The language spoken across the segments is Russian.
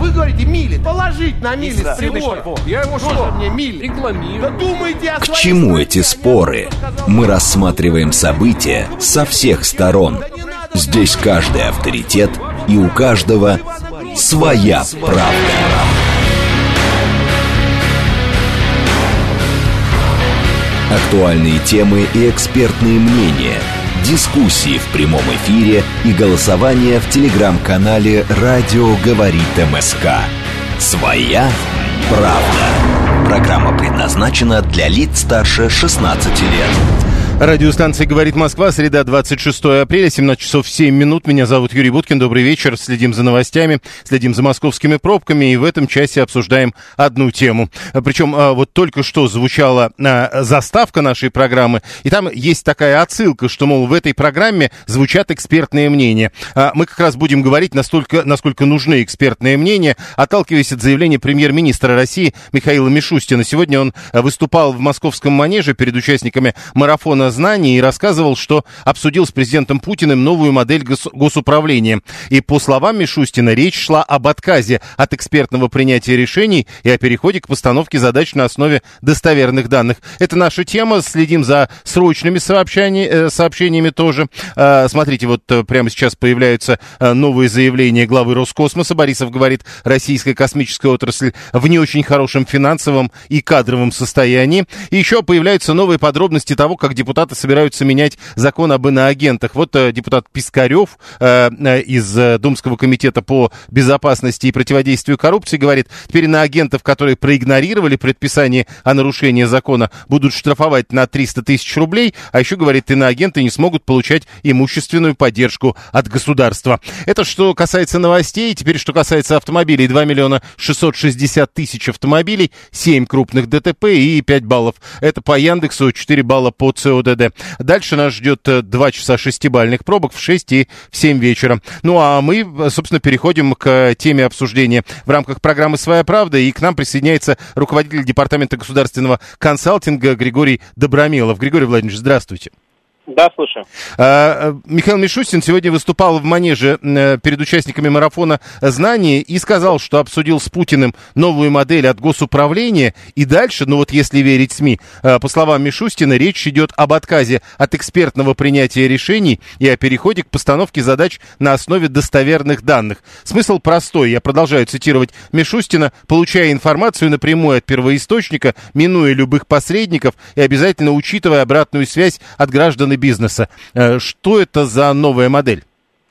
вы говорите мили. Положить на мили с прибора. Я его Что мне мили? рекламирую. Да думайте о К своей чему стране, эти а не споры? о том, что сказал Мы Путин. рассматриваем события со всех сторон. Здесь каждый авторитет, и у каждого своя правда. Актуальные темы и экспертные мнения, дискуссии в прямом эфире и голосование в телеграм-канале «Радио говорит МСК». «Своя правда». Программа предназначена для лиц старше 16 лет. Радиостанция «Говорит Москва», среда, 26 апреля, 17 часов 7 минут. Меня зовут Юрий Буткин. Добрый вечер. Следим за новостями, следим за московскими пробками. И в этом часе обсуждаем одну тему. Причем вот только что звучала заставка нашей программы. И там есть такая отсылка, что, мол, в этой программе звучат экспертные мнения. Мы как раз будем говорить, насколько нужны экспертные мнения, отталкиваясь от заявления премьер-министра России Михаила Мишустина. Сегодня он выступал в московском манеже перед участниками марафона знаний и рассказывал, что обсудил с президентом Путиным новую модель госуправления. И по словам Мишустина, речь шла об отказе от экспертного принятия решений и о переходе к постановке задач на основе достоверных данных. Это наша тема. Следим за срочными сообщениями тоже. Смотрите, вот прямо сейчас появляются новые заявления главы Роскосмоса. Борисов говорит, российская космическая отрасль в не очень хорошем финансовом и кадровом состоянии. И еще появляются новые подробности того, как депутаты собираются менять закон об иноагентах. Вот депутат Пискарев из Думского комитета по безопасности и противодействию коррупции говорит, теперь иноагентов, которые проигнорировали предписание о нарушении закона, будут штрафовать на 300 тысяч рублей, а еще, говорит, иноагенты не смогут получать имущественную поддержку от государства. Это что касается новостей. Теперь, что касается автомобилей. 2 миллиона 660 тысяч автомобилей, 7 крупных ДТП и 5 баллов. Это по Яндексу, 4 балла по ЦОДД. Дальше нас ждет 2 часа 6-бальных пробок в 6 и в 7 вечера. Ну а мы, собственно, переходим к теме обсуждения в рамках программы «Своя правда». И к нам присоединяется руководитель департамента государственного консалтинга Григорий Добромелов. Григорий Владимирович, здравствуйте. Да, слушаю. Михаил Мишустин сегодня выступал в манеже перед участниками марафона знаний и сказал, что обсудил с Путиным новую модель от госуправления. И дальше, ну вот если верить СМИ, по словам Мишустина, речь идет об отказе от экспертного принятия решений и о переходе к постановке задач на основе достоверных данных. Смысл простой. Я продолжаю цитировать Мишустина. Получая информацию напрямую от первоисточника, минуя любых посредников и обязательно учитывая обратную связь от граждан и бизнеса. Что это за новая модель?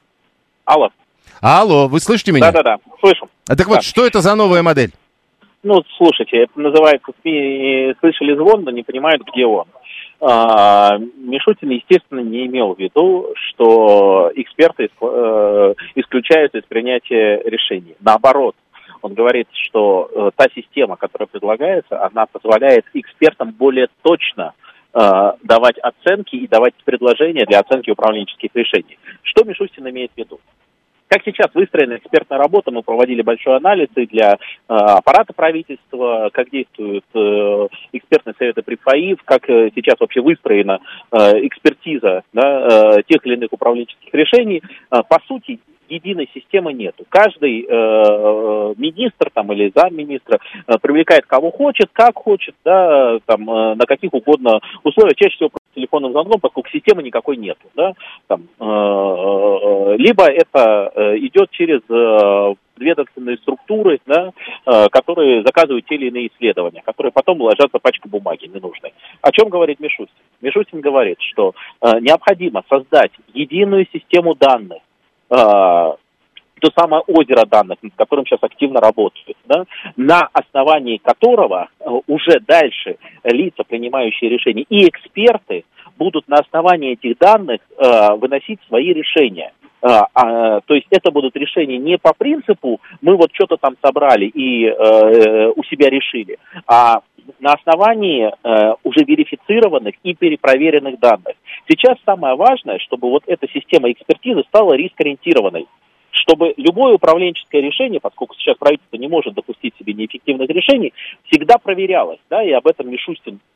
Алло, вы слышите меня? Да, слышу. Так вот, что это за новая модель? Ну, слушайте, это называется СМИ слышали звон, но не понимают, где он. Мишустин, естественно, не имел в виду, что эксперты исключаются из принятия решений. Наоборот, он говорит, что та система, которая предлагается, она позволяет экспертам более точно давать оценки и давать предложения для оценки управленческих решений. Что Мишустин имеет в виду? Как сейчас выстроена экспертная работа, мы проводили большой анализ и для аппарата правительства, как действуют экспертные советы при ФАИФ, как сейчас вообще выстроена экспертиза тех или иных управленческих решений. По сути, единой системы нету. Каждый министр там, или замминистра привлекает кого хочет, как хочет, да, там, на каких угодно условиях, чаще всего просто телефонным звонком, поскольку системы никакой нету. Да, там, либо это идет через ведомственные структуры, да, которые заказывают те или иные исследования, которые потом ложатся в пачку бумаги ненужной. О чем говорит Мишустин? Мишустин говорит, что необходимо создать единую систему данных, то самое озеро данных, над которым сейчас активно работают, да, на основании которого уже дальше лица, принимающие решения, и эксперты будут на основании этих данных выносить свои решения. То есть это будут решения не по принципу «мы вот что-то там собрали и у себя решили», а на основании уже верифицированных и перепроверенных данных. Сейчас самое важное, чтобы вот эта система экспертизы стала риск-ориентированной, чтобы любое управленческое решение, поскольку сейчас правительство не может допустить себе неэффективных решений, всегда проверялось, да, и об этом Мишустин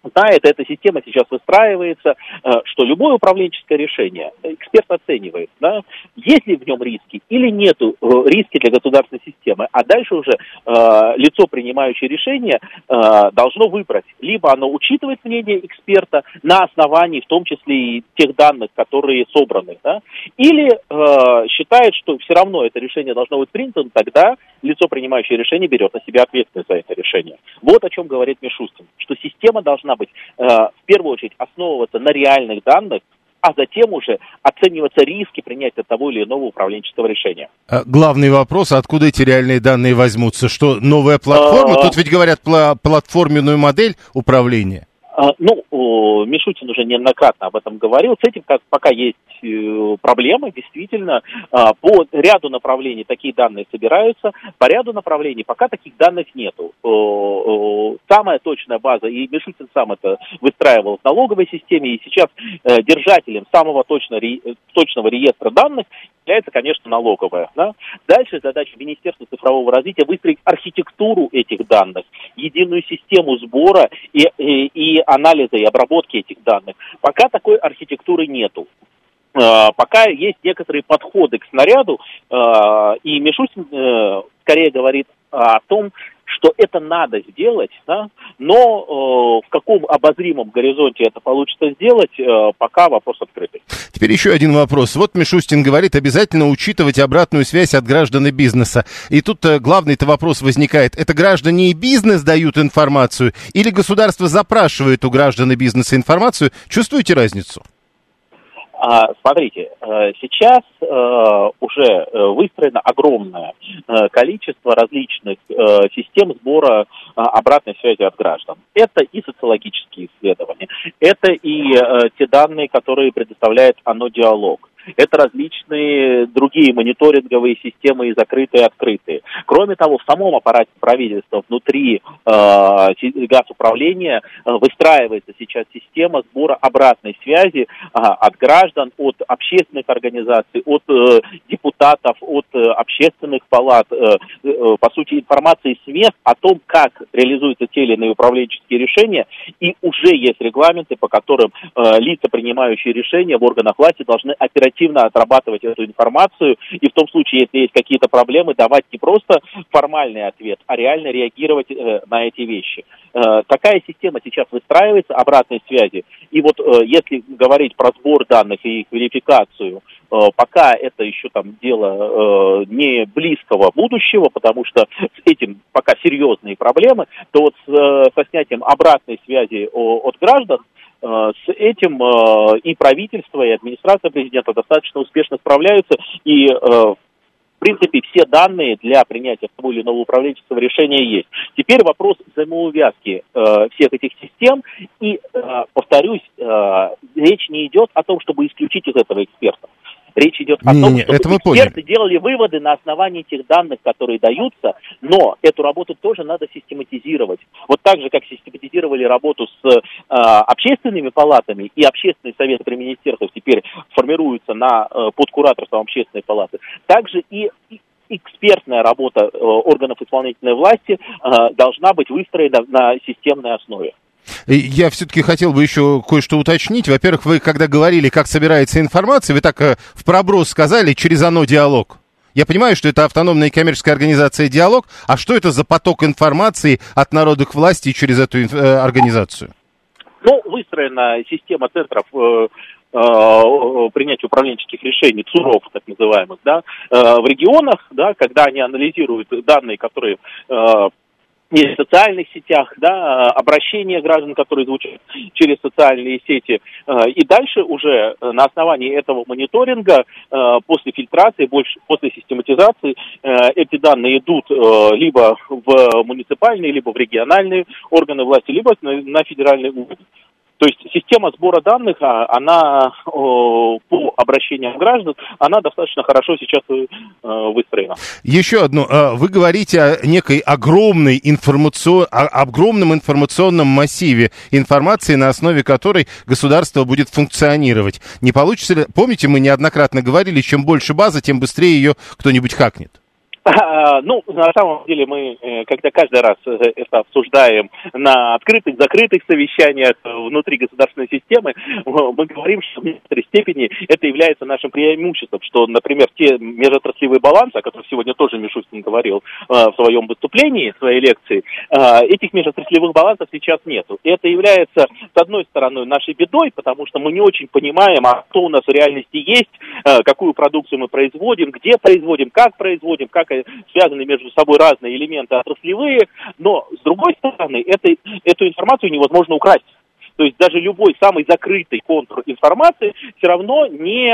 знает, эта система сейчас выстраивается, что любое управленческое решение эксперт оценивает, да, есть ли в нем риски или нету риски для государственной системы, а дальше уже лицо, принимающее решение, должно выбрать, либо оно учитывает мнение эксперта на основании, в том числе и тех данных, которые собраны, да, или считает, что все равно это решение должно быть принято, тогда лицо, принимающее решение, берет на себя ответственность за это решение. Вот о чем говорит Мишустин, что система должна быть, в первую очередь, основываться на реальных данных, а затем уже оцениваться риски принятия того или иного управленческого решения. Главный вопрос, откуда эти реальные данные возьмутся? Что, новая платформа? Тут ведь говорят платформенную модель управления. Мишустин уже неоднократно об этом говорил. С этим пока есть проблемы, действительно. По ряду направлений такие данные собираются, по ряду направлений пока таких данных нету. Самая точная база, и Мишустин сам это выстраивал в налоговой системе, и сейчас держателем самого точного реестра данных является, конечно, налоговая. Да? Дальше задача Министерства цифрового развития выстроить архитектуру этих данных, единую систему сбора и анализа и обработки этих данных. Пока такой архитектуры нету. Пока есть некоторые подходы к снаряду, и Мишустин скорее говорит о том, что это надо сделать, да? Но в каком обозримом горизонте это получится сделать, пока вопрос открытый. Теперь еще один вопрос. Вот Мишустин говорит, обязательно учитывать обратную связь от граждан и бизнеса. И тут главный-то вопрос возникает. Это граждане и бизнес дают информацию или государство запрашивает у граждан и бизнеса информацию? Чувствуете разницу? Смотрите, сейчас уже выстроено огромное количество различных систем сбора обратной связи от граждан. Это и социологические исследования, это и те данные, которые предоставляет ОНО «Диалог». Это различные другие мониторинговые системы, и закрытые, и открытые. Кроме того, в самом аппарате правительства, внутри газуправления, выстраивается сейчас система сбора обратной связи от граждан, от общественных организаций, от депутатов, от общественных палат. По сути, информации с мест о том, как реализуются те или иные управленческие решения, и уже есть регламенты, по которым лица, принимающие решения в органах власти, должны оперативно отрабатывать эту информацию, и в том случае, если есть какие-то проблемы, давать не просто формальный ответ, а реально реагировать на эти вещи. Такая система сейчас выстраивается, обратной связи, и вот если говорить про сбор данных и их верификацию, пока это еще там дело не близкого будущего, потому что с этим пока серьезные проблемы, то вот со снятием обратной связи от граждан, с этим и правительство, и администрация президента достаточно успешно справляются, и в принципе все данные для принятия того или иного управленческого решения есть. Теперь вопрос взаимоувязки всех этих систем, и, повторюсь, речь не идет о том, чтобы исключить из этого экспертов. Речь идет о том, чтобы эксперты делали выводы на основании тех данных, которые даются, но эту работу тоже надо систематизировать. Вот так же, как систематизировали работу с общественными палатами, и общественные советы при министерствах теперь формируются под кураторством общественной палаты, также и экспертная работа органов исполнительной власти должна быть выстроена на системной основе. Я все-таки хотел бы еще кое-что уточнить. Во-первых, вы когда говорили, как собирается информация, вы так в проброс сказали через ОНО «Диалог». Я понимаю, что это автономная коммерческая организация «Диалог», а что это за поток информации от народа к власти через эту организацию? Выстроена система центров принятия управленческих решений, ЦУРов, так называемых, да, в регионах, да, когда они анализируют данные, которые есть в социальных сетях, да, обращения граждан, которые звучат через социальные сети. И дальше уже на основании этого мониторинга, после фильтрации, после систематизации, эти данные идут либо в муниципальные, либо в региональные органы власти, либо на федеральный уровень. То есть система сбора данных, она по обращениям граждан, она достаточно хорошо сейчас выстроена. Еще одно. Вы говорите о некой огромном информационном массиве информации, на основе которой государство будет функционировать. Не получится ли... Помните, мы неоднократно говорили, чем больше база, тем быстрее ее кто-нибудь хакнет? Ну, на самом деле мы, когда каждый раз это обсуждаем на открытых, закрытых совещаниях внутри государственной системы, мы говорим, что в некоторой степени это является нашим преимуществом, что, например, те межотраслевые балансы, о которых сегодня тоже Мишустин говорил в своем выступлении, в своей лекции, этих межотраслевых балансов сейчас нету. И это является, с одной стороны, нашей бедой, потому что мы не очень понимаем, а что у нас в реальности есть, какую продукцию мы производим, где производим, как связаны между собой разные элементы отраслевые, но, с другой стороны, эту информацию невозможно украсть. То есть даже любой самый закрытый контур информации все равно не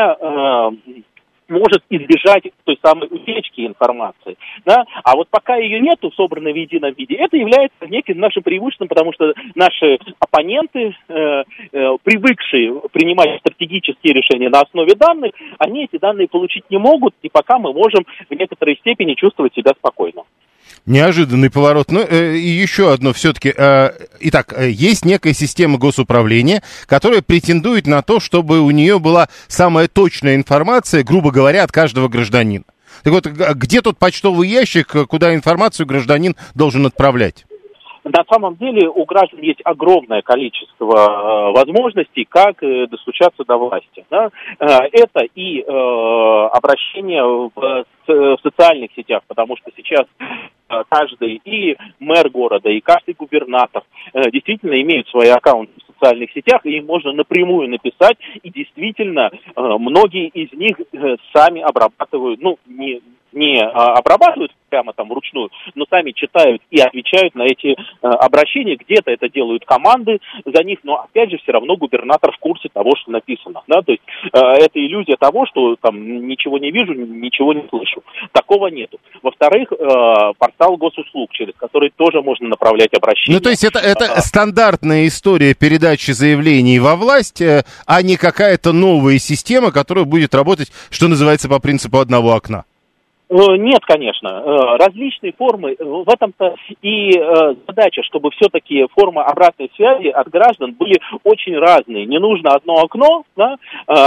может избежать той самой утечки информации. Да? А вот пока ее нету, собранной в едином виде, это является неким нашим преимуществом, потому что наши оппоненты, привыкшие принимать стратегические решения на основе данных, они эти данные получить не могут, и пока мы можем в некоторой степени чувствовать себя спокойно. Неожиданный поворот. Ну, и еще одно все-таки. Итак, есть некая система госуправления, которая претендует на то, чтобы у нее была самая точная информация, грубо говоря, от каждого гражданина. Так вот, где тот почтовый ящик, куда информацию гражданин должен отправлять? На самом деле у граждан есть огромное количество возможностей, как достучаться до власти. Да? Это и обращение в социальных сетях, потому что сейчас каждый и мэр города, и каждый губернатор действительно имеют свои аккаунты в социальных сетях, и им можно напрямую написать, и действительно многие из них сами обрабатывают, не обрабатывают прямо там вручную, но сами читают и отвечают на эти обращения. Где-то это делают команды за них, но опять же все равно губернатор в курсе того, что написано. Да? То есть это иллюзия того, что там ничего не вижу, ничего не слышу. Такого нету. Во-вторых, портал госуслуг, через который тоже можно направлять обращения. Ну, то есть это стандартная история передачи заявлений во власть, а не какая-то новая система, которая будет работать, что называется, по принципу одного окна. Нет, конечно. Различные формы. В этом-то и задача, чтобы все-таки формы обратной связи от граждан были очень разные. Не нужно одно окно, да?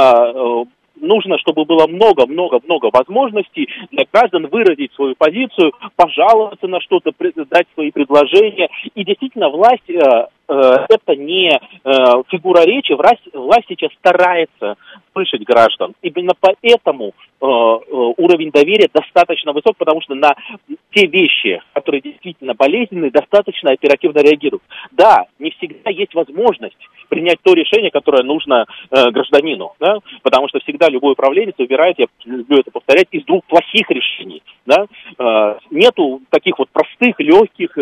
Нужно, чтобы было много возможностей для граждан выразить свою позицию, пожаловаться на что-то, дать свои предложения. И действительно, власть это не фигура речи, власть сейчас старается слышать граждан. Именно поэтому уровень доверия достаточно высок, потому что на те вещи, которые действительно болезненные, достаточно оперативно реагируют. Да, не всегда есть возможность принять то решение, которое нужно гражданину, да? Потому что всегда любой управленец выбирает, я люблю это повторять, из двух плохих решений. Да? Нету таких вот простых, легких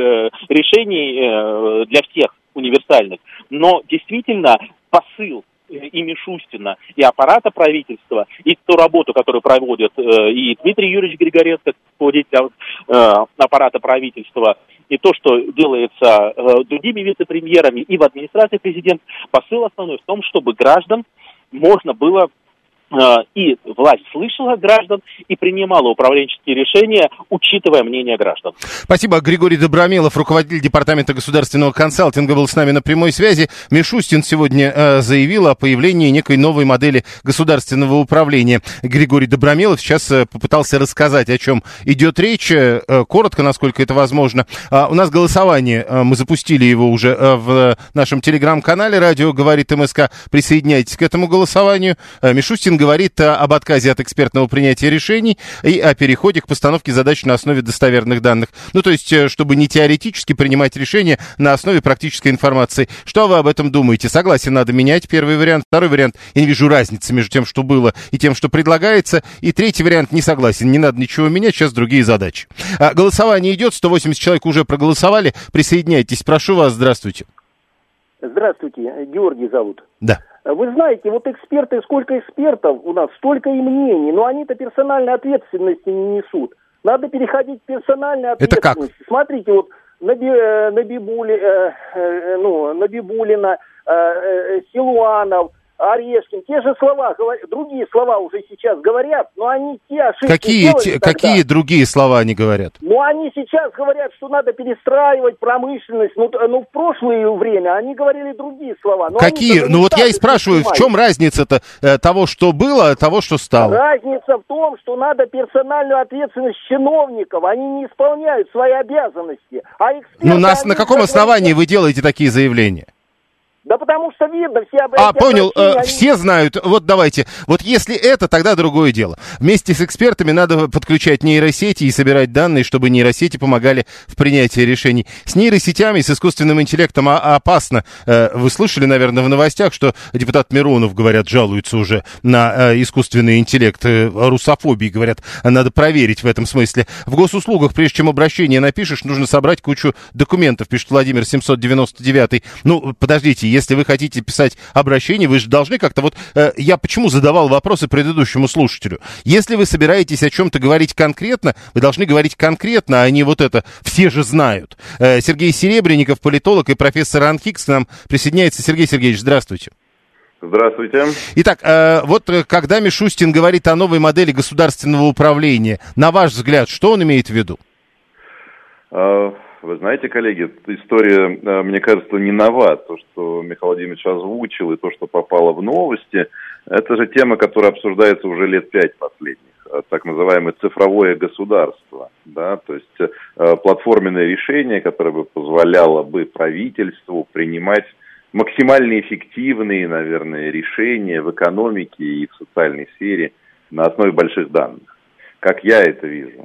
решений для всех универсальных, но действительно посыл и Мишустина, и аппарата правительства, и ту работу, которую проводят и Дмитрий Юрьевич Григоренко, руководитель аппарата правительства, и то, что делается другими вице-премьерами и в администрации президента, посыл основной в том, чтобы граждан можно было и власть слышала граждан и принимала управленческие решения, учитывая мнение граждан. Спасибо. Григорий Добромелов, руководитель департамента государственного консалтинга, был с нами на прямой связи. Мишустин сегодня заявил о появлении некой новой модели государственного управления. Григорий Добромелов сейчас попытался рассказать, о чем идет речь, коротко, насколько это возможно. У нас голосование, мы запустили его уже в нашем телеграм-канале «Радио говорит МСК». Присоединяйтесь к этому голосованию. Мишустин говорит об отказе от экспертного принятия решений и о переходе к постановке задач на основе достоверных данных. Ну, то есть, чтобы не теоретически принимать решения на основе практической информации. Что вы об этом думаете? Согласен, надо менять, первый вариант. Второй вариант, я не вижу разницы между тем, что было, и тем, что предлагается. И третий вариант, не согласен, не надо ничего менять, сейчас другие задачи. Голосование идет, 180 человек уже проголосовали. Присоединяйтесь, прошу вас, здравствуйте. Здравствуйте, Георгий зовут. Да. Вы знаете, вот эксперты, сколько экспертов у нас, столько и мнений, но они-то персональной ответственности не несут. Надо переходить к персональной ответственности. Это как? Смотрите, вот Набибулина, Силуанов, Орешкин, те же слова, другие слова уже сейчас говорят, но они те ошибки Какие другие слова они говорят? Ну, они сейчас говорят, что надо перестраивать промышленность. Ну, в прошлое время они говорили другие слова. Какие? Ну, вот я и спрашиваю, в чем разница-то того, что было, от того, что стало? Разница в том, что надо персональную ответственность чиновников. Они не исполняют свои обязанности. А эксперты... На каком основании вы делаете такие заявления? Да потому что видно, все об этом... Понял, все знают. Вот давайте. Вот если это, тогда другое дело. Вместе с экспертами надо подключать нейросети и собирать данные, чтобы нейросети помогали в принятии решений. С нейросетями, с искусственным интеллектом опасно. Вы слышали, наверное, в новостях, что депутат Миронов, говорят, жалуется уже на искусственный интеллект. О русофобии, говорят, надо проверить в этом смысле. В госуслугах, прежде чем обращение напишешь, нужно собрать кучу документов, пишет Владимир 799. Ну, подождите, если вы хотите писать обращение, вы же должны как-то... Вот я почему задавал вопросы предыдущему слушателю? Если вы собираетесь о чем-то говорить конкретно, вы должны говорить конкретно, а не вот это «все же знают». Сергей Серебренников, политолог и профессор РАНХИКС, к нам присоединяется. Сергей Сергеевич, здравствуйте. Здравствуйте. Итак, вот когда Мишустин говорит о новой модели государственного управления, на ваш взгляд, что он имеет в виду? Вы знаете, коллеги, история, мне кажется, не нова. То, что Михаил Владимирович озвучил, и то, что попало в новости, это же тема, которая обсуждается уже лет 5 последних. Так называемое цифровое государство. Да? То есть платформенное решение, которое бы позволяло бы правительству принимать максимально эффективные, наверное, решения в экономике и в социальной сфере на основе больших данных. Как я это вижу.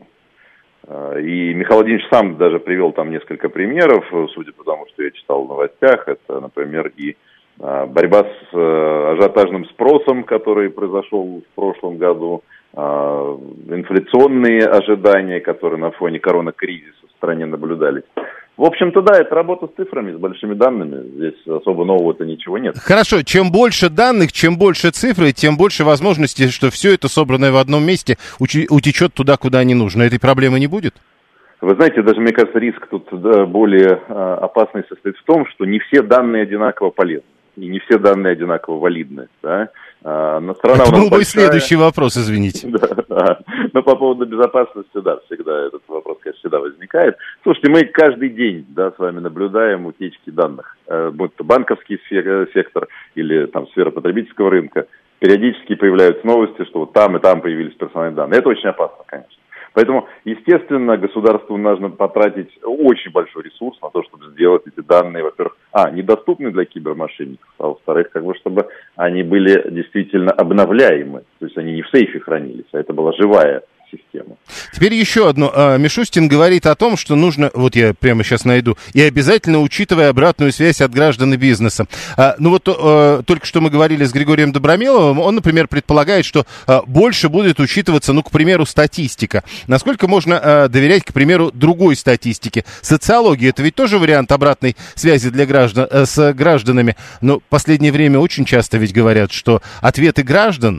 И Михаил Владимирович сам даже привел там несколько примеров, судя по тому, что я читал в новостях. Это, например, и борьба с ажиотажным спросом, который произошел в прошлом году, инфляционные ожидания, которые на фоне коронакризиса в стране наблюдались. В общем-то, да, это работа с цифрами, с большими данными. Здесь особо нового-то ничего нет. Хорошо, чем больше данных, чем больше цифры, тем больше возможностей, что все это, собранное в одном месте, утечет туда, куда не нужно. Этой проблемы не будет? Вы знаете, даже, мне кажется, риск тут более опасный состоит в том, что не все данные одинаково полезны. И не все данные одинаково валидны. Да? Это был мой следующий вопрос, извините. Да. Но по поводу безопасности, да, всегда этот вопрос, конечно, всегда возникает. Слушайте, мы каждый день, да, с вами наблюдаем утечки данных, будь то банковский сектор или там сфера потребительского рынка. Периодически появляются новости, что вот там и там появились персональные данные. Это очень опасно, конечно. Поэтому, естественно, государству нужно потратить очень большой ресурс на то, чтобы сделать эти данные, во-первых, недоступны для кибермошенников, а во-вторых, чтобы они были действительно обновляемы, то есть они не в сейфе хранились, а это была живая систему. Теперь еще одно. Мишустин говорит о том, что нужно, вот я прямо сейчас найду, и обязательно учитывая обратную связь от граждан и бизнеса. Только что мы говорили с Григорием Добромеловым, он, например, предполагает, что больше будет учитываться, к примеру, статистика. Насколько можно доверять, к примеру, другой статистике? Социология — это ведь тоже вариант обратной связи для граждан, с гражданами. Но в последнее время очень часто ведь говорят, что ответы граждан,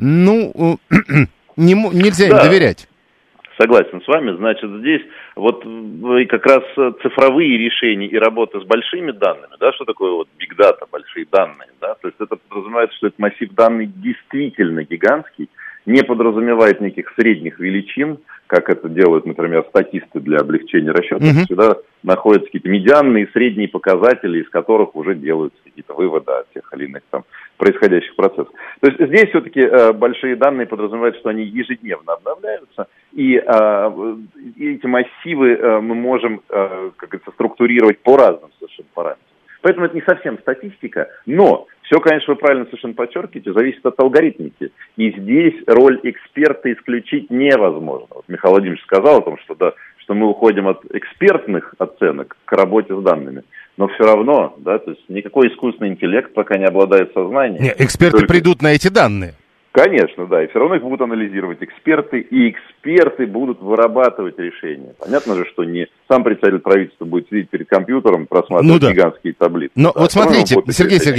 нельзя им доверять. Согласен с вами. Значит, здесь вот как раз цифровые решения и работа с большими данными, да, что такое вот big data, большие данные, да, то есть это подразумевает, что этот массив данных действительно гигантский, не подразумевает никаких средних величин, как это делают, например, статисты для облегчения расчетов. Всегда находятся какие-то медианные и средние показатели, из которых уже делаются какие-то выводы о тех или иных там происходящих процессах. То есть здесь все-таки большие данные подразумевают, что они ежедневно обновляются, и эти массивы мы можем, как говорится, структурировать по разным совершенно параметрам. Поэтому это не совсем статистика, но все, конечно, вы правильно совершенно подчеркиваете, зависит от алгоритмики. И здесь роль эксперта исключить невозможно. Вот Михаил Владимирович сказал о том, что мы уходим от экспертных оценок к работе с данными. Но все равно, да, то есть никакой искусственный интеллект пока не обладает сознанием. Нет, эксперты придут на эти данные. Конечно, да, и все равно их будут анализировать эксперты, и эксперты будут вырабатывать решения. Понятно же, что не сам представитель правительства будет сидеть перед компьютером, просматривать гигантские таблицы. Но вот смотрите, Сергей Сергеевич,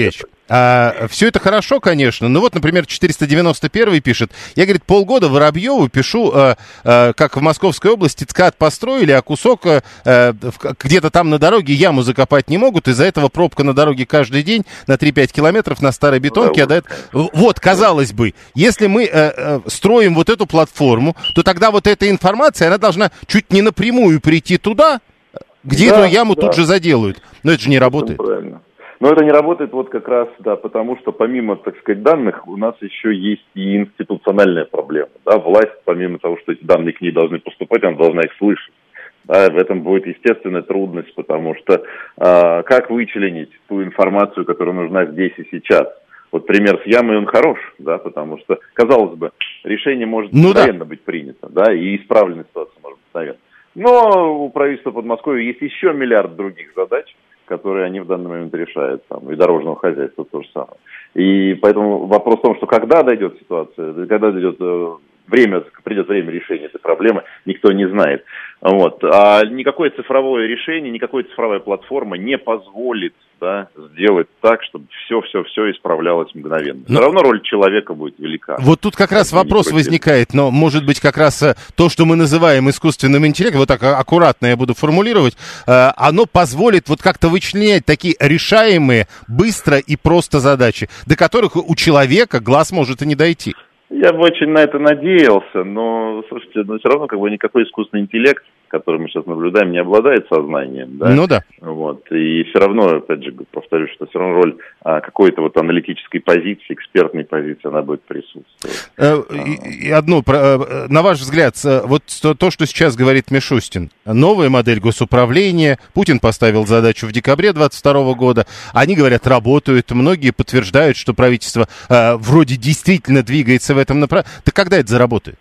Все это хорошо, конечно, но вот, например, 491 пишет, я, говорит, полгода Воробьеву пишу, как в Московской области ЦКАД построили, а кусок где-то там на дороге яму закопать не могут, из-за этого пробка на дороге каждый день на 3-5 километров на старой бетонке. Вот, казалось бы, если мы строим вот эту платформу, то тогда вот эта информация, она должна чуть не напрямую прийти туда, где эту яму тут же заделают. Но это же не работает. Правильно. Но это не работает вот как раз, да, потому что помимо, так сказать, данных, у нас еще есть и институциональная проблема. Да? Власть, помимо того, что эти данные к ней должны поступать, она должна их слышать. Да? В этом будет естественная трудность, потому что как вычленить ту информацию, которая нужна здесь и сейчас? Вот пример с ямой, он хорош, да, потому что, казалось бы, решение может мгновенно быть принято, да, и исправленная ситуация может быть мгновенно. Но у правительства Подмосковья есть еще миллиард других задач, которые они в данный момент решают, там, и дорожного хозяйства то же самое. И поэтому вопрос в том, что когда дойдет ситуация, когда придет время решения этой проблемы, никто не знает. Вот. А никакое цифровое решение, никакая цифровая платформа не позволит, да, сделать так, чтобы все исправлялось мгновенно. Все равно роль человека будет велика. Вот тут как раз вопрос возникает, но может быть как раз то, что мы называем искусственным интеллектом, вот так аккуратно я буду формулировать, оно позволит вот как-то вычленять такие решаемые быстро и просто задачи, до которых у человека глаз может и не дойти. Я бы очень на это надеялся, но, слушайте, все равно никакой искусственный интеллект, который мы сейчас наблюдаем, не обладает сознанием, да? Ну да. Вот, и все равно, опять же, повторюсь, что все равно роль какой-то вот аналитической позиции, экспертной позиции, она будет присутствовать. И одно, на ваш взгляд, вот то, что сейчас говорит Мишустин, новая модель госуправления, Путин поставил задачу в декабре 2022 года, они, говорят, работают, многие подтверждают, что правительство вроде действительно двигается в этом направлении. Так когда это заработает?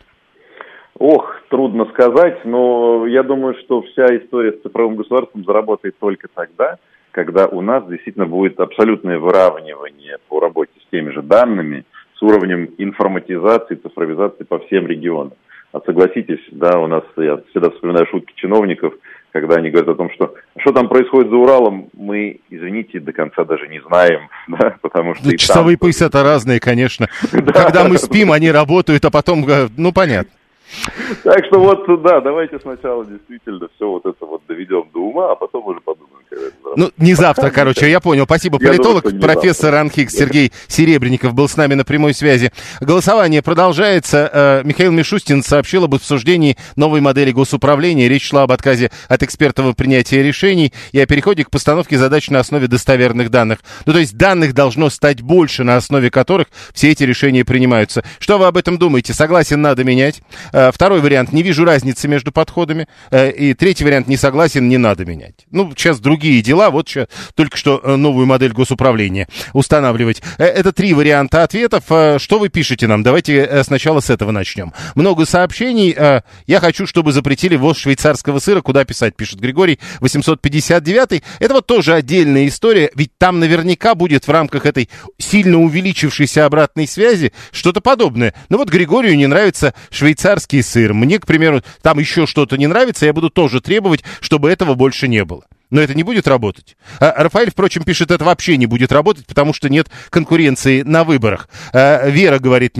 Ох, трудно сказать, но я думаю, что вся история с цифровым государством заработает только тогда, когда у нас действительно будет абсолютное выравнивание по работе с теми же данными, с уровнем информатизации, цифровизации по всем регионам. А согласитесь, да, у нас, я всегда вспоминаю шутки чиновников, когда они говорят о том, что там происходит за Уралом, мы, извините, до конца даже не знаем, да, потому что... Часовые пояса-то разные, конечно. Когда мы спим, они работают, а потом, понятно. Так что вот, да, давайте сначала действительно все вот это вот доведем до ума, а потом уже подумаем. Не завтра, короче, я понял. Спасибо. Политолог, профессор РАНХИКС Сергей Серебренников был с нами на прямой связи. Голосование продолжается. Михаил Мишустин сообщил об обсуждении новой модели госуправления. Речь шла об отказе от экспертного принятия решений и о переходе к постановке задач на основе достоверных данных. То есть данных должно стать больше, на основе которых все эти решения принимаются. Что вы об этом думаете? Согласен, надо менять. Второй вариант, не вижу разницы между подходами. И третий вариант, не согласен, не надо менять. Сейчас другие дела, вот сейчас только что новую модель госуправления устанавливать. Это 3 варианта ответов. Что вы пишете нам? Давайте сначала с этого начнем. Много сообщений. Я хочу, чтобы запретили ввоз швейцарского сыра. Куда писать, пишет Григорий, 859. Это вот тоже отдельная история, ведь там наверняка будет в рамках этой сильно увеличившейся обратной связи что-то подобное. Но вот Григорию не нравится швейцарский сыр. Мне, к примеру, там еще что-то не нравится, я буду тоже требовать, чтобы этого больше не было. Но это не будет работать. Рафаэль, впрочем, пишет, это вообще не будет работать, потому что нет конкуренции на выборах. Вера говорит,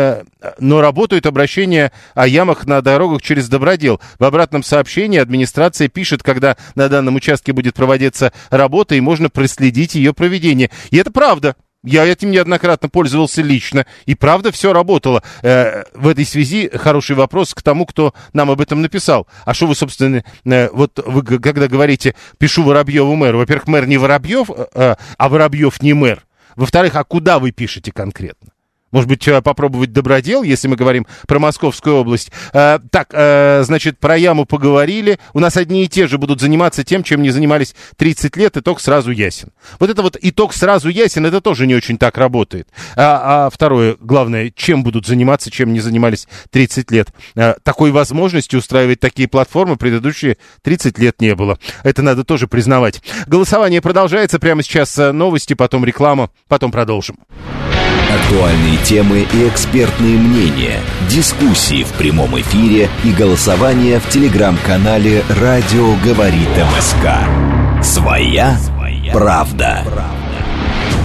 но работают обращения о ямах на дорогах через Добродел. В обратном сообщении администрация пишет, когда на данном участке будет проводиться работа, и можно проследить ее проведение. И это правда. Я этим неоднократно пользовался лично, и правда все работало. В этой связи хороший вопрос к тому, кто нам об этом написал. А что вы, собственно, вот вы когда говорите, пишу Воробьеву мэру, во-первых, мэр не Воробьев, а Воробьев не мэр. Во-вторых, а куда вы пишете конкретно? Может быть, попробовать Добродел, если мы говорим про Московскую область. Значит, про яму поговорили. У нас одни и те же будут заниматься тем, чем не занимались 30 лет. Итог сразу ясен. Вот это вот итог сразу ясен, это тоже не очень так работает. А второе, главное, чем будут заниматься, чем не занимались 30 лет. Такой возможности устраивать такие платформы предыдущие 30 лет не было. Это надо тоже признавать. Голосование продолжается. Прямо сейчас новости, потом реклама, потом продолжим. Актуальные темы и экспертные мнения, дискуссии в прямом эфире и голосование в телеграм-канале «Радио говорит МСК». Своя правда.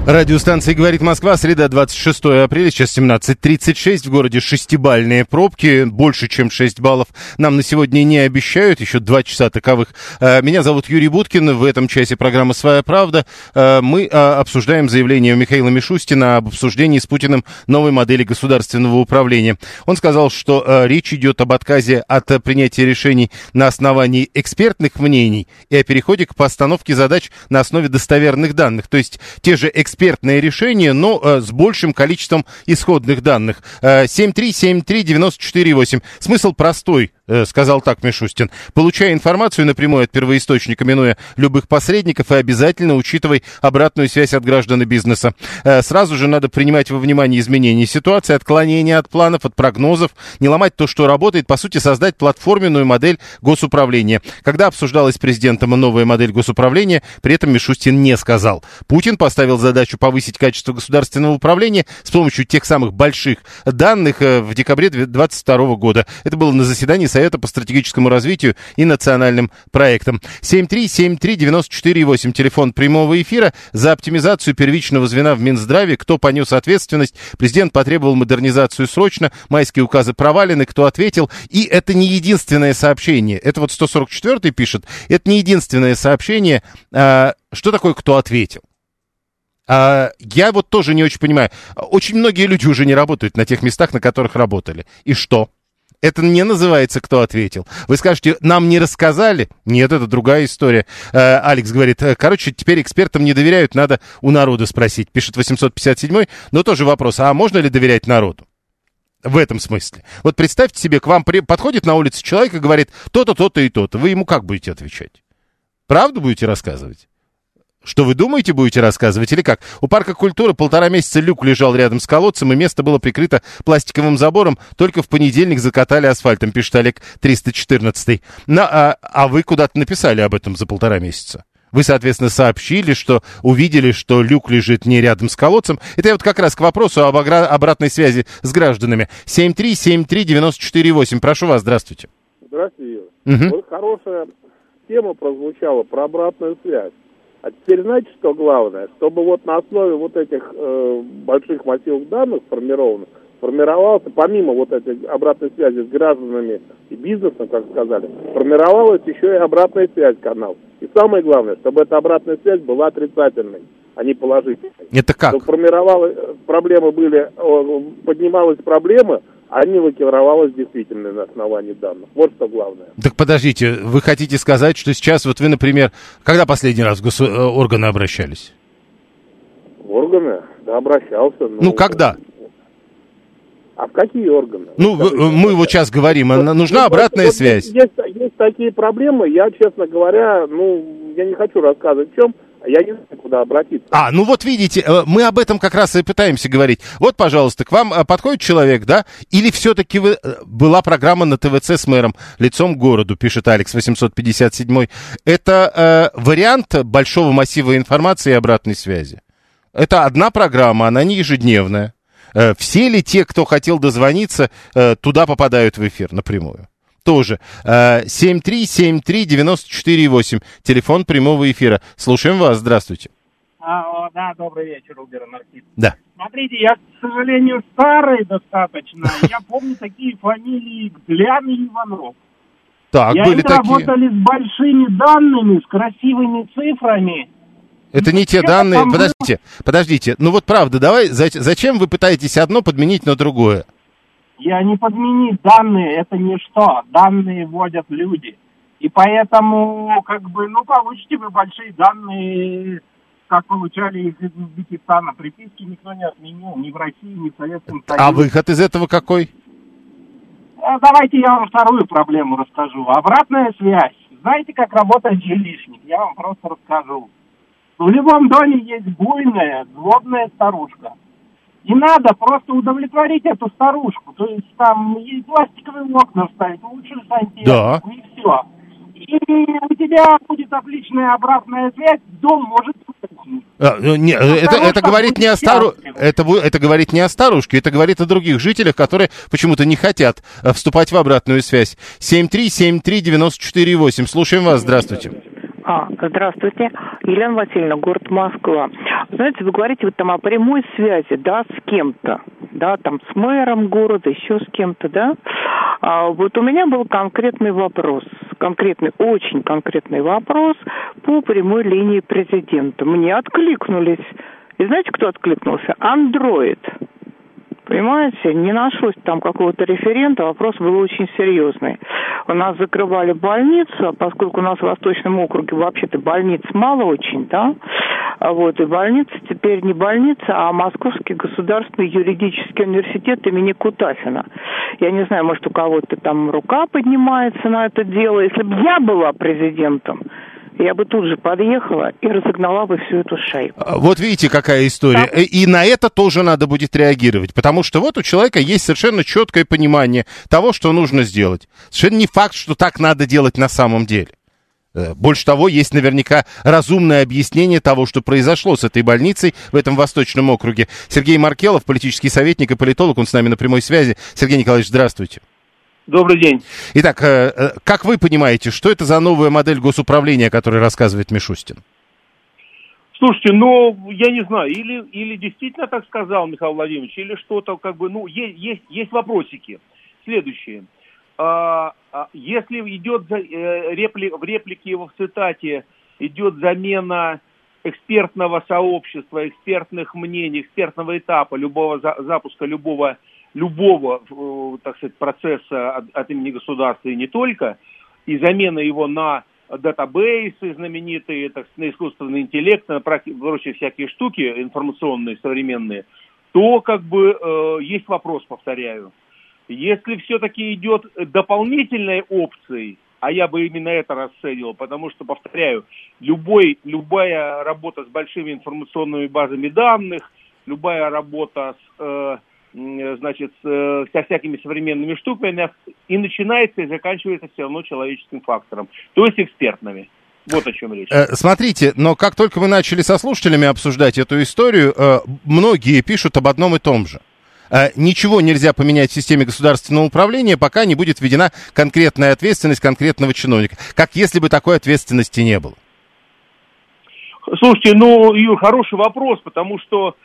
Радиостанция «Говорит Москва», среда, 26 апреля, сейчас 17:36, в городе шестибалльные пробки, больше, чем 6 баллов нам на сегодня не обещают, еще 2 часа таковых. Меня зовут Юрий Буткин, в этом часе программа «Своя правда». Мы обсуждаем заявление Михаила Мишустина об обсуждении с Путиным новой модели государственного управления. Он сказал, что речь идет об отказе от принятия решений на основании экспертных мнений и о переходе к постановке задач на основе достоверных данных, то есть те же экспертные решения, но с большим количеством исходных данных. 7373948. Смысл простой, сказал так Мишустин. Получая информацию напрямую от первоисточника, минуя любых посредников, и обязательно учитывай обратную связь от граждан и бизнеса. Сразу же надо принимать во внимание изменения ситуации, отклонения от планов, от прогнозов, не ломать то, что работает, по сути, создать платформенную модель госуправления. Когда обсуждалась президентом новая модель госуправления, при этом Мишустин не сказал. Путин поставил задачу повысить качество государственного управления с помощью тех самых больших данных в декабре 2022 года. Это было на заседании Совета по стратегическому развитию и национальным проектам. 7373948, телефон прямого эфира. За оптимизацию первичного звена в Минздраве. Кто понес ответственность? Президент потребовал модернизацию срочно. Майские указы провалены. Кто ответил? И это не единственное сообщение. Это вот 144-й пишет. Это не единственное сообщение. Что такое «кто ответил»? Я вот тоже не очень понимаю. Очень многие люди уже не работают на тех местах, на которых работали. И что? Это не называется «кто ответил». Вы скажете, нам не рассказали? Нет, это другая история. Алекс говорит, короче, теперь экспертам не доверяют, надо у народа спросить. Пишет 857-й, но тоже вопрос, а можно ли доверять народу? В этом смысле. Вот представьте себе, к вам подходит на улице человек и говорит то-то, то-то и то-то. Вы ему как будете отвечать? Правду будете рассказывать? Что вы думаете, будете рассказывать или как? У парка культуры 1,5 месяца люк лежал рядом с колодцем, и место было прикрыто пластиковым забором. Только в понедельник закатали асфальтом, пишет Олег 314. А вы куда-то написали об этом за 1,5 месяца. Вы, соответственно, сообщили, что увидели, что люк лежит не рядом с колодцем. Это я вот как раз к вопросу об обратной связи с гражданами. 7373948. Прошу вас, здравствуйте. Здравствуйте, Юра. Вот хорошая тема прозвучала про обратную связь. А теперь знаете, что главное? Чтобы вот на основе вот этих больших массивов данных формировался, помимо вот этой обратной связи с гражданами и бизнесом, как сказали, формировалась еще и обратная связь канал. И самое главное, чтобы эта обратная связь была отрицательной, а не положительной. Это как? Чтобы формировалась, поднималась проблема, а не лакировалась действительно на основании данных. Вот что главное. Так подождите, вы хотите сказать, что сейчас вот вы, например, когда последний раз в органы обращались? В органы? Да, обращался. Ну, когда? А в какие органы? Ну, мы вот сейчас говорим, нужна обратная связь. Есть такие проблемы, я, честно говоря, я не хочу рассказывать в чем, я не знаю, куда обратиться. Ну вот видите, мы об этом как раз и пытаемся говорить. Вот, пожалуйста, к вам подходит человек, да? Или все-таки была программа на ТВЦ с мэром лицом к городу, пишет Алекс 857. Это вариант большого массива информации и обратной связи. Это одна программа, она не ежедневная. Все ли те, кто хотел дозвониться, туда попадают в эфир напрямую? Тоже. 7373948, телефон прямого эфира. Слушаем вас, здравствуйте. Да, добрый вечер, Убер Маркиз. Да. Смотрите, я, к сожалению, старый достаточно. Я помню такие фамилии Глян и Иванов. Так, были такие. Они работали с большими данными, с красивыми цифрами. Это не те данные. Подождите. Ну вот правда, зачем вы пытаетесь одно подменить на другое? Я не подменить данные, это ничто. Данные вводят люди. И поэтому, получите вы большие данные, как получали из Узбекистана. Приписки никто не отменил, ни в России, ни в Советском Союзе. А выход из этого какой? Давайте я вам вторую проблему расскажу. Обратная связь. Знаете, как работает жилищник? Я вам просто расскажу. В любом доме есть буйная, злобная старушка. И надо просто удовлетворить эту старушку. То есть там ей пластиковые окна вставить, лучшую сантехнику, да. И все. И у тебя будет отличная обратная связь, дом может высохнуть. Это говорит не о это говорит не о старушке, это говорит о других жителях, которые почему-то не хотят вступать в обратную связь. 7373948. Слушаем вас, здравствуйте. Здравствуйте. Елена Васильевна, город Москва. Знаете, вы говорите вот там о прямой связи, да, с кем-то, да, там с мэром города, еще с кем-то, да. Вот у меня был конкретный вопрос, очень конкретный вопрос по прямой линии президента. Мне откликнулись. И знаете, кто откликнулся? Android. Понимаете, не нашлось там какого-то референта, вопрос был очень серьезный. У нас закрывали больницу, а поскольку у нас в Восточном округе вообще-то больниц мало очень, да, вот, и больница теперь не больница, а Московский государственный юридический университет имени Кутафина. Я не знаю, может, у кого-то там рука поднимается на это дело. Если бы я была президентом, я бы тут же подъехала и разогнала бы всю эту шайку. Вот видите, какая история. Да. И на это тоже надо будет реагировать. Потому что вот у человека есть совершенно четкое понимание того, что нужно сделать. Совершенно не факт, что так надо делать на самом деле. Больше того, есть наверняка разумное объяснение того, что произошло с этой больницей в этом Восточном округе. Сергей Маркелов, политический советник и политолог, он с нами на прямой связи. Сергей Николаевич, здравствуйте. Добрый день. Итак, как вы понимаете, что это за новая модель госуправления, о которой рассказывает Мишустин? Слушайте, я не знаю, или действительно так сказал Михаил Владимирович, или что-то есть вопросики. Следующее. Если идет в реплике его в цитате идет замена экспертного сообщества, экспертных мнений, экспертного этапа, запуска любого, так сказать, процесса от имени государства и не только, и замена его на датабейсы знаменитые, так сказать, на искусственный интеллект, на прочие всякие штуки информационные, современные, то есть вопрос, повторяю. Если все-таки идет дополнительной опцией, а я бы именно это расценивал, потому что, повторяю, любая работа с большими информационными базами данных, любая работа со всякими современными штуками и начинается и заканчивается все равно человеческим фактором, то есть экспертными. Вот о чем речь. Смотрите, но как только мы начали со слушателями обсуждать эту историю, многие пишут об одном и том же. Ничего нельзя поменять в системе государственного управления, пока не будет введена конкретная ответственность конкретного чиновника. Как если бы такой ответственности не было. Слушайте, Юр, хороший вопрос, потому что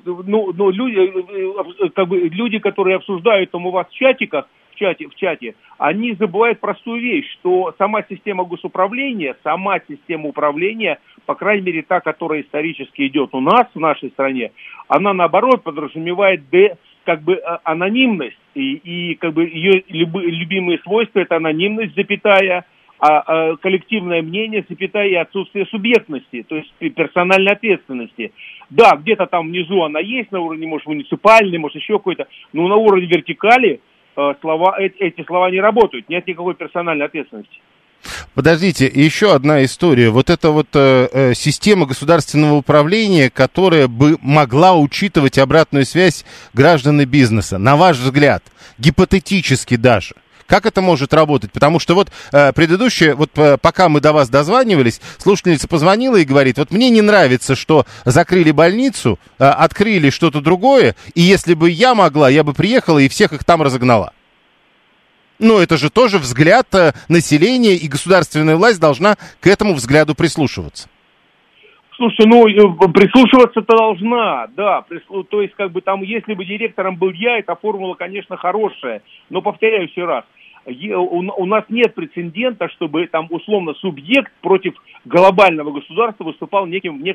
люди, которые обсуждают там у вас в чате, они забывают простую вещь, что сама система госуправления, по крайней мере та, которая исторически идет у нас, в нашей стране, она наоборот подразумевает анонимность, и ее любимые свойства — это анонимность, запятая, коллективное мнение, запятая, и отсутствие субъектности, то есть персональной ответственности. Да, где-то там внизу она есть, на уровне, может, муниципальный, может, еще какой-то, но на уровне вертикали эти слова не работают, нет никакой персональной ответственности. Подождите, еще одна история. Вот эта система государственного управления, которая бы могла учитывать обратную связь граждан и бизнеса, на ваш взгляд, гипотетически даже, как это может работать? Потому что предыдущее, пока мы до вас дозванивались, слушательница позвонила и говорит, мне не нравится, что закрыли больницу, открыли что-то другое, и если бы я могла, я бы приехала и всех их там разогнала. Но это же тоже взгляд населения, и государственная власть должна к этому взгляду прислушиваться. Слушайте, прислушиваться-то должна, да. То есть, там, если бы директором был я, эта формула, конечно, хорошая. Но, повторяю еще раз, у нас нет прецедента, чтобы там, условно, субъект против глобального государства выступал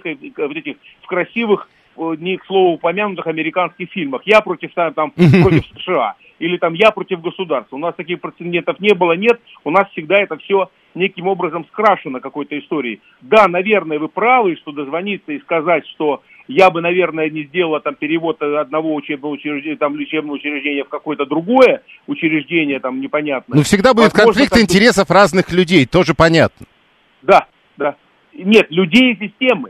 в красивых, не к слову упомянутых американских фильмах. Я против США. Или я против государства. У нас таких прецедентов не было, нет. У нас всегда это все неким образом скрашено какой-то историей. Да, наверное, вы правы, что дозвониться и сказать, что я бы, наверное, не сделала перевод одного учебного учреждения в какое-то другое учреждение, непонятное. Но всегда будет конфликт интересов разных людей, тоже понятно. Да. Нет, людей и системы.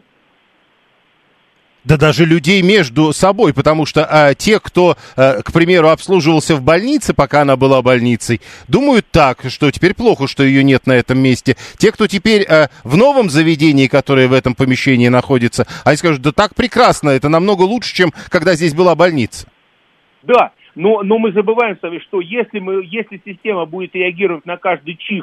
Да даже людей между собой, потому что те, кто, к примеру, обслуживался в больнице, пока она была больницей, думают так, что теперь плохо, что ее нет на этом месте. Те, кто теперь в новом заведении, которое в этом помещении находится, они скажут, да так прекрасно, это намного лучше, чем когда здесь была больница. Да, но мы забываем с вами, что если система будет реагировать на каждый чих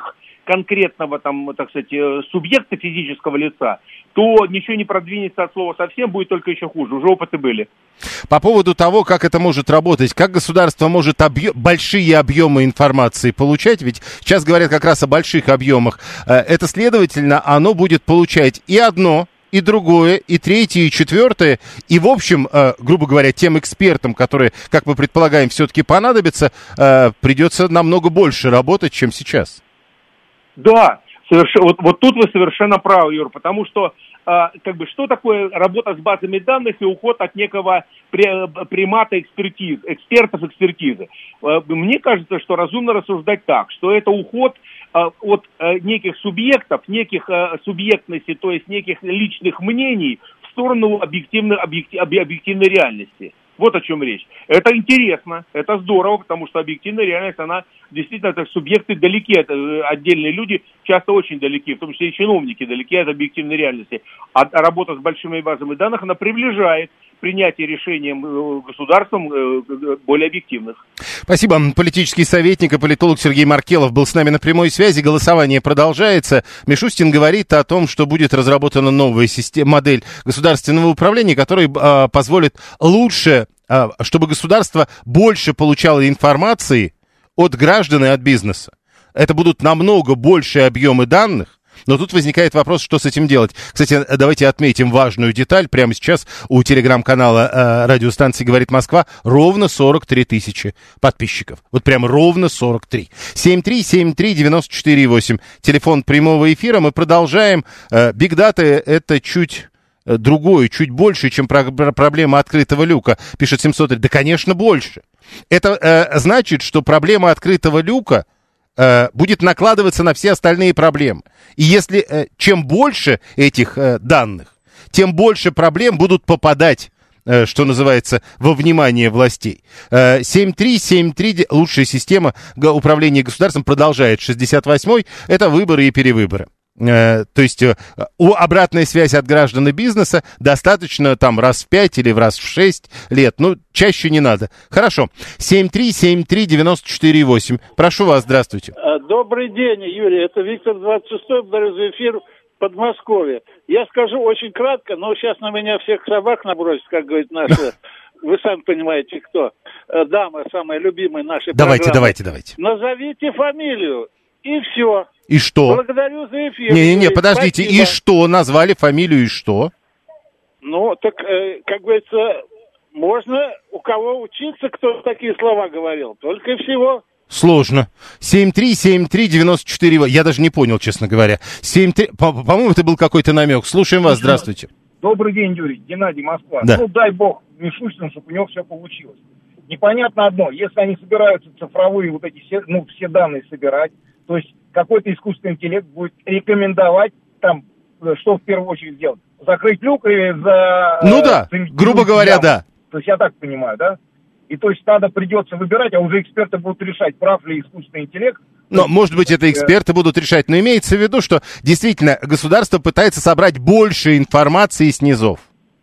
конкретного там, так сказать, субъекта физического лица, то ничего не продвинется от слова совсем, будет только еще хуже. Уже опыты были. По поводу того, как это может работать, как государство может большие объемы информации получать, ведь сейчас говорят как раз о больших объемах, это, следовательно, оно будет получать и одно, и другое, и третье, и четвертое, и, в общем, грубо говоря, тем экспертам, которые, как мы предполагаем, все-таки понадобятся, придется намного больше работать, чем сейчас. Да, вот тут вы совершенно правы, Юр, потому что что такое работа с базами данных и уход от некого примата экспертов экспертизы? Мне кажется, что разумно рассуждать так, что это уход от неких субъектов, неких субъектностей, то есть неких личных мнений в сторону объективной реальности. Вот о чем речь. Это интересно, это здорово, потому что объективная реальность, она действительно, это субъекты далеки, это отдельные люди часто очень далеки, в том числе и чиновники далеки от объективной реальности. А работа с большими базами данных, она приближает принятие решений государством более объективных. Спасибо. Политический советник и политолог Сергей Маркелов был с нами на прямой связи. Голосование продолжается. Мишустин говорит о том, что будет разработана новая модель государственного управления, которая позволит лучше, чтобы государство больше получало информации от граждан и от бизнеса. Это будут намного большие объемы данных. Но тут возникает вопрос, что с этим делать. Кстати, давайте отметим важную деталь. Прямо сейчас у телеграм-канала радиостанции «Говорит Москва» ровно 43 тысячи подписчиков. Вот прям ровно 43. 7373948. Телефон прямого эфира. Мы продолжаем. Биг-дата — это чуть другое, чуть больше, чем проблема открытого люка, пишет 700. Да, конечно, больше. Это значит, что проблема открытого люка будет накладываться на все остальные проблемы. И если чем больше этих данных, тем больше проблем будут попадать, что называется, во внимание властей. 7373, лучшая система управления государством, продолжает 68-й, это выборы и перевыборы. То есть обратная связь от граждан и бизнеса достаточно там раз в 5 или раз в 6 лет, ну, чаще не надо. Хорошо. 7373948. Прошу вас, здравствуйте. Добрый день, Юрий, это Виктор 26-й, благодарю за эфир, Подмосковье. Я скажу очень кратко, но сейчас на меня всех собак набросят, как говорит наша, вы сами понимаете, кто. Дама, самая любимая нашей программы. Давайте. Назовите фамилию, и все. И что? Благодарю за эфир. Не, подождите, спасибо. И что? Назвали фамилию, и что? Ну, так, как говорится, можно у кого учиться, кто такие слова говорил, только и всего. Сложно. 7373948. Я даже не понял, честно говоря. 73... По-моему, это был какой-то намек. Слушаем вас, здравствуйте. Добрый день, Юрий. Геннадий, Москва. Да. Ну, дай бог Мишустину, чтобы у него все получилось. Непонятно одно. Если они собираются цифровые вот эти все данные собирать, то есть какой-то искусственный интеллект будет рекомендовать там, что в первую очередь делать. Закрыть люк или грубо говоря, да. То есть я так понимаю, да? И то есть надо придется выбирать, а уже эксперты будут решать, прав ли искусственный интеллект. Но, может быть, это эксперты будут решать. Но имеется в виду, что действительно государство пытается собрать больше информации с низов.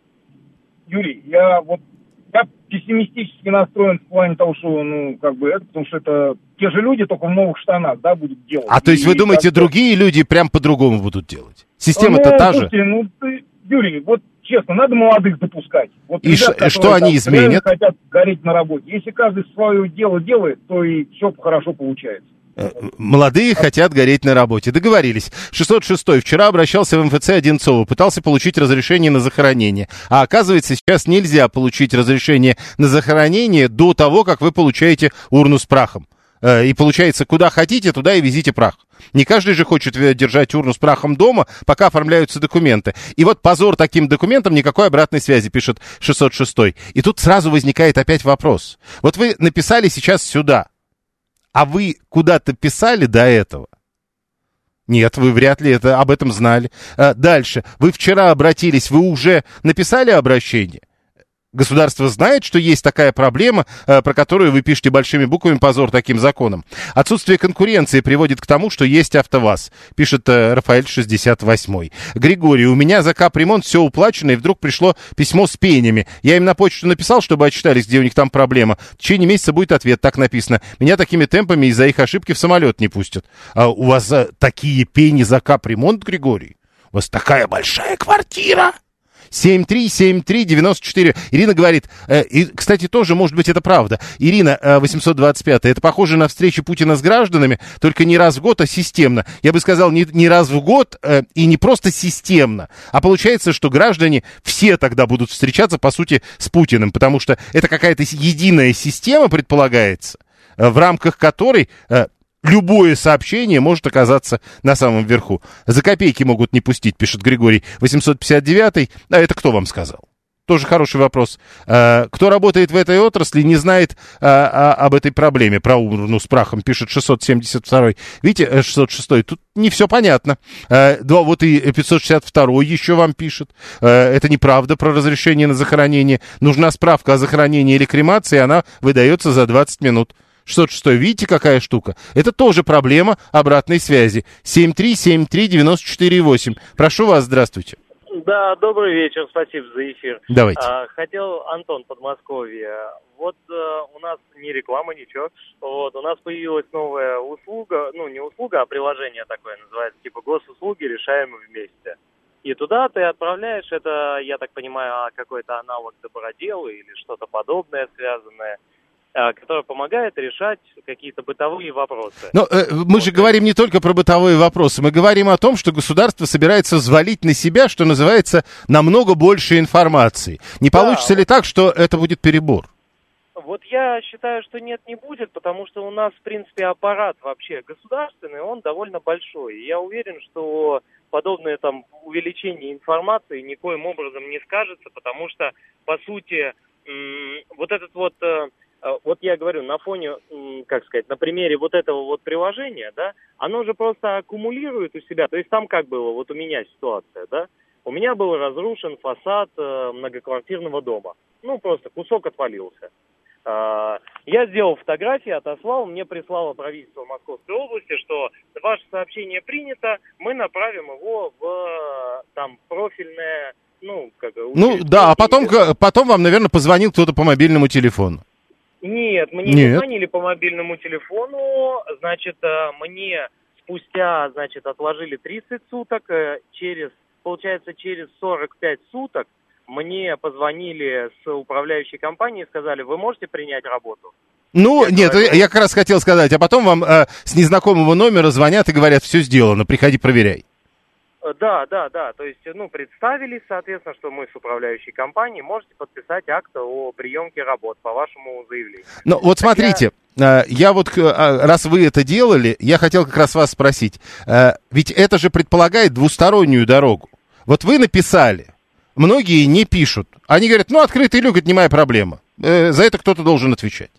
Юрий, я пессимистически настроен в плане того, что, потому что это те же люди, только в новых штанах, да, будут делать. А то есть вы думаете, другие люди прям по-другому будут делать? Система-то та же. Юрий, вот честно, надо молодых допускать. Вот и ребят, что они изменят? Хотят гореть на работе. Если каждый свое дело делает, то и все хорошо получается. Молодые хотят гореть на работе. Договорились. 606-й вчера обращался в МФЦ Одинцово, пытался получить разрешение на захоронение. А оказывается, сейчас нельзя получить разрешение на захоронение до того, как вы получаете урну с прахом. И получается, куда хотите, туда и везите прах. Не каждый же хочет держать урну с прахом дома, пока оформляются документы. И вот позор таким документам, никакой обратной связи, пишет 606-й. И тут сразу возникает опять вопрос. Вот вы написали сейчас сюда, а вы куда-то писали до этого? Нет, вы вряд ли об этом знали. Дальше. Вы вчера обратились, вы уже написали обращение? Государство знает, что есть такая проблема, про которую вы пишете большими буквами «позор таким законам». Отсутствие конкуренции приводит к тому, что есть АвтоВАЗ, пишет Рафаэль 68-й. Григорий, у меня за капремонт все уплачено, и вдруг пришло письмо с пенями. Я им на почту написал, чтобы отчитались, где у них там проблема. В течение месяца будет ответ, так написано. Меня такими темпами из-за их ошибки в самолет не пустят. А у вас такие пени за капремонт, Григорий? У вас такая большая квартира? 7373948. Ирина говорит, и, кстати, тоже, может быть, это правда. Ирина, 825, это похоже на встречи Путина с гражданами, только не раз в год, а системно. Я бы сказал, не раз в год и не просто системно, а получается, что граждане все тогда будут встречаться, по сути, с Путиным, потому что это какая-то единая система, предполагается, в рамках которой... Любое сообщение может оказаться на самом верху. За копейки могут не пустить, пишет Григорий 859. А это кто вам сказал? Тоже хороший вопрос. Кто работает в этой отрасли, не знает об этой проблеме. Про урну с прахом пишет 672. Видите, 606. Тут не все понятно. Вот и 562 еще вам пишет. Это неправда про разрешение на захоронение. Нужна справка о захоронении или кремации, она выдается за 20 минут. 606. Видите, какая штука? Это тоже проблема обратной связи. 7373948. Прошу вас, здравствуйте. Да, добрый вечер, спасибо за эфир. Давайте. Хотел, Антон, Подмосковье. Вот у нас не реклама, ничего. Вот, у нас появилась новая услуга, ну не услуга, а приложение такое называется, типа госуслуги решаем вместе. И туда ты отправляешь, это, я так понимаю, какой-то аналог добродела или что-то подобное связанное, которая помогает решать какие-то бытовые вопросы. Но мы же говорим не только про бытовые вопросы, мы говорим о том, что государство собирается взвалить на себя, что называется, намного больше информации. Не получится ли так, что это будет перебор? Вот я считаю, что нет, не будет, потому что у нас, в принципе, аппарат вообще государственный, он довольно большой. И я уверен, что подобное там увеличение информации никоим образом не скажется, потому что, по сути, вот этот вот... Вот я говорю, на фоне, как сказать, на примере вот этого вот приложения, да, оно же просто аккумулирует у себя, то есть там как было, вот у меня ситуация, да, у меня был разрушен фасад многоквартирного дома, ну просто кусок отвалился. Я сделал фотографии, отослал, мне прислало правительство Московской области, что ваше сообщение принято, мы направим его в там профильное, ну, как... Ну, да, а потом вам, наверное, позвонил кто-то по мобильному телефону. Нет, мне не звонили по мобильному телефону, значит, мне спустя, значит, отложили 30 суток, получается, через 45 суток мне позвонили с управляющей компании и сказали, вы можете принять работу? Ну, я как раз хотел сказать, а потом вам с незнакомого номера звонят и говорят, все сделано, приходи, проверяй. Да, то есть, ну, представились, соответственно, что мы с управляющей компанией, можете подписать акт о приемке работ по вашему заявлению. Ну, вот смотрите, я вот, раз вы это делали, я хотел как раз вас спросить, ведь это же предполагает двустороннюю дорогу. Вот вы написали, многие не пишут, они говорят, ну, открытый люк, это не моя проблема, за это кто-то должен отвечать.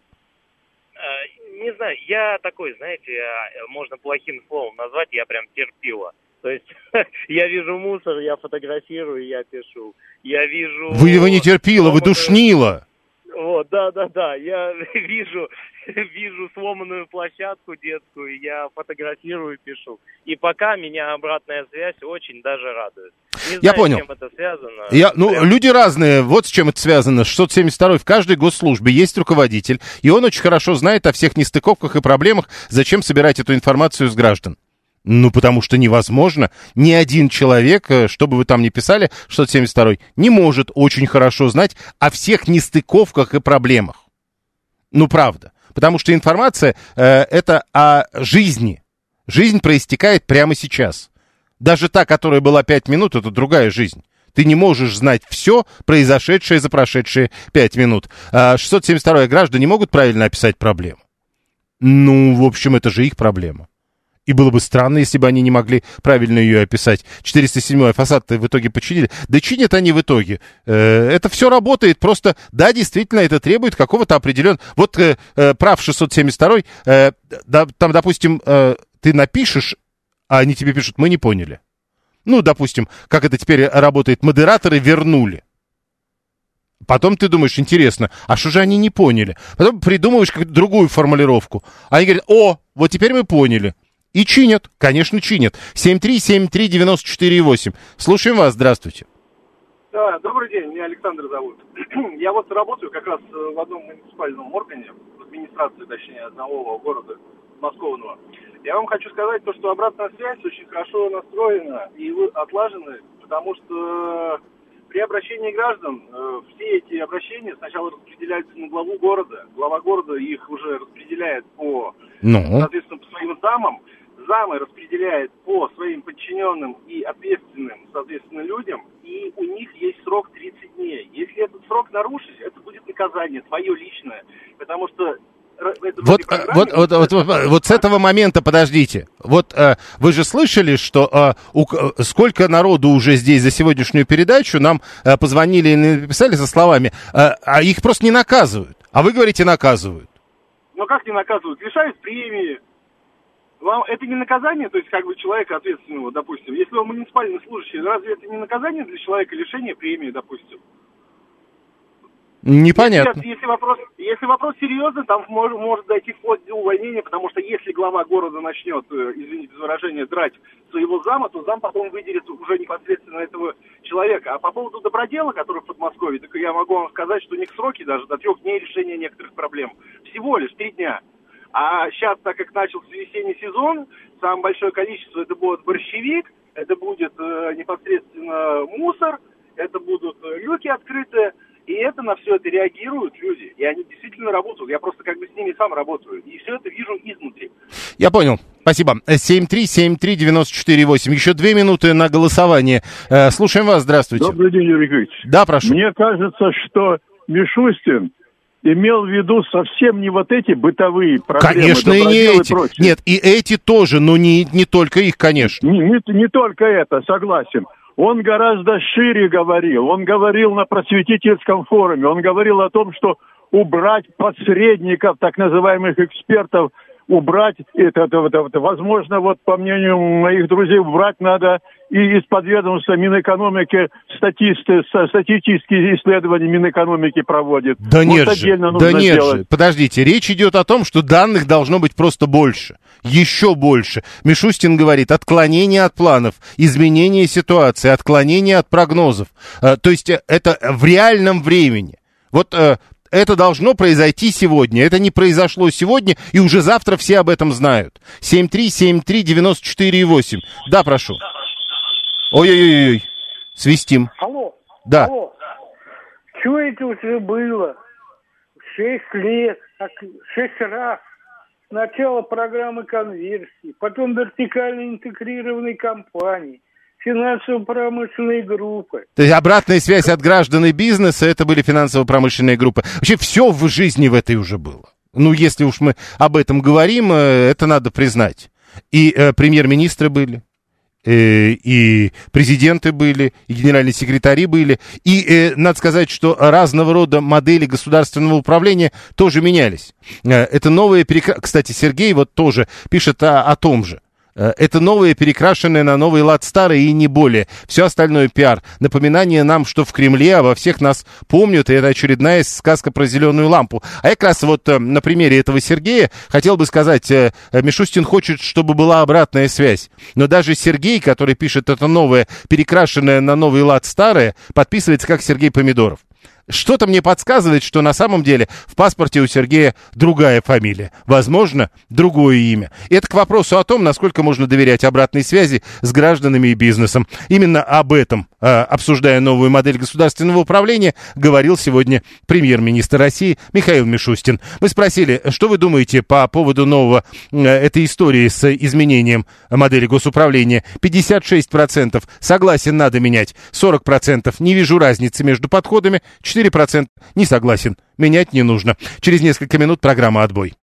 Не знаю, я такой, знаете, можно плохим словом назвать, я прям терпила. То есть я вижу мусор, я фотографирую, я пишу. Я вижу... Вы его не терпила, вы душнила. Вот, да, я вижу сломанную площадку детскую, я фотографирую, пишу. И пока меня обратная связь очень даже радует. Не знаю, я понял. с чем это связано. Люди разные, вот с чем это связано. 672-й, в каждой госслужбе есть руководитель, и он очень хорошо знает о всех нестыковках и проблемах, зачем собирать эту информацию с граждан. Ну, потому что невозможно. Ни один человек, что бы вы там ни писали, 672-й, не может очень хорошо знать о всех нестыковках и проблемах. Ну, правда. Потому что информация это о жизни. Жизнь проистекает прямо сейчас. Даже та, которая была 5 минут, это другая жизнь. Ты не можешь знать все, произошедшее за прошедшие 5 минут. 672-е граждане могут правильно описать проблему? Ну, в общем, это же их проблема. И было бы странно, если бы они не могли правильно ее описать. 407-й фасад-то в итоге починили. Да чинят они в итоге. Это все работает. Просто, да, действительно, это требует какого-то определенного... Вот прав 672-й, там, допустим, ты напишешь, а они тебе пишут, мы не поняли. Ну, допустим, как это теперь работает, модераторы вернули. Потом ты думаешь, интересно, а что же они не поняли? Потом придумываешь какую-то другую формулировку. Они говорят, вот теперь мы поняли. И чинят, конечно, чинят. 7373948. Слушаем вас, здравствуйте. Да, добрый день, меня Александр зовут. Я вот работаю как раз в одном муниципальном органе, в администрации, точнее, одного города подмосковного. Я вам хочу сказать то, что обратная связь очень хорошо настроена и отлажена, потому что при обращении граждан все эти обращения сначала распределяются на главу города. Глава города их уже распределяет соответственно, по своим замам. Замы распределяет по своим подчиненным и ответственным, соответственно, людям, и у них есть срок 30 дней. Если этот срок нарушить, это будет наказание твое личное, потому что... Вот с этого момента, подождите. Вот вы же слышали, что сколько народу уже здесь за сегодняшнюю передачу нам позвонили и написали со словами, а их просто не наказывают. А вы говорите, наказывают. Ну как не наказывают? Лишают премии. Вам это не наказание, то есть как бы человека ответственного, допустим. Если он муниципальный служащий, разве это не наказание для человека лишение премии, допустим? Непонятно. Если вопрос серьезный, там может дойти вплоть до увольнения, потому что если глава города начнет, извините за выражение, драть своего зама, то зам потом выделит уже непосредственно этого человека. А по поводу добродела, который в Подмосковье, так я могу вам сказать, что у них сроки даже до 3 дней решения некоторых проблем. Всего лишь 3 дня. А сейчас, так как начался весенний сезон, самое большое количество это будет борщевик, это будет непосредственно мусор, это будут люки открытые, и это на все это реагируют люди. И они действительно работают. Я просто как бы с ними сам работаю. И все это вижу изнутри. Я понял. Спасибо. 7373948. Еще 2 минуты на голосование. Слушаем вас. Здравствуйте. Добрый день, Юрий Григорьевич. Да, прошу. Мне кажется, что Мишустин имел в виду совсем не вот эти бытовые проблемы. Конечно, и не эти. Нет, и эти тоже, но не только их, конечно. Не только это, согласен. Он гораздо шире говорил. Он говорил на просветительском форуме. Он говорил о том, что убрать посредников, так называемых экспертов, убрать это. Возможно, вот по мнению моих друзей, убрать надо и из-под ведомства Минэкономики статистические исследования Минэкономики проводит. Да нет же, подождите, речь идет о том, что данных должно быть просто больше, еще больше. Мишустин говорит, отклонение от планов, изменение ситуации, отклонение от прогнозов. То есть это в реальном времени. Вот это должно произойти сегодня. Это не произошло сегодня, и уже завтра все об этом знают. 7373948. Да, прошу. Ой-ой-ой, свистим. Алло. Да. Алло. Что это уже было? 6 лет, 6 раз. Сначала программы конверсии, потом вертикально интегрированной компании, финансово-промышленные группы. То есть обратная связь от граждан и бизнеса, это были финансово-промышленные группы. Вообще все в жизни в этой уже было. Ну, если уж мы об этом говорим, это надо признать. И премьер-министры были, и президенты были, и генеральные секретари были. И надо сказать, что разного рода модели государственного управления тоже менялись. Это новые Кстати, Сергей вот тоже пишет о том же. Это новые, перекрашенные на новый лад старые и не более. Все остальное пиар. Напоминание нам, что в Кремле обо всех нас помнят, и это очередная сказка про зеленую лампу. А я как раз вот на примере этого Сергея хотел бы сказать, Мишустин хочет, чтобы была обратная связь. Но даже Сергей, который пишет это новое, перекрашенное на новый лад старое, подписывается как Сергей Помидоров. Что-то мне подсказывает, что на самом деле в паспорте у Сергея другая фамилия. Возможно, другое имя. И это к вопросу о том, насколько можно доверять обратной связи с гражданами и бизнесом. Именно об этом, обсуждая новую модель государственного управления, говорил сегодня премьер-министр России Михаил Мишустин. Мы спросили, что вы думаете по поводу нового этой истории с изменением модели госуправления. 56% согласен, надо менять. 40% не вижу разницы между подходами. 4% не согласен, менять не нужно. Через несколько минут программа «Отбой».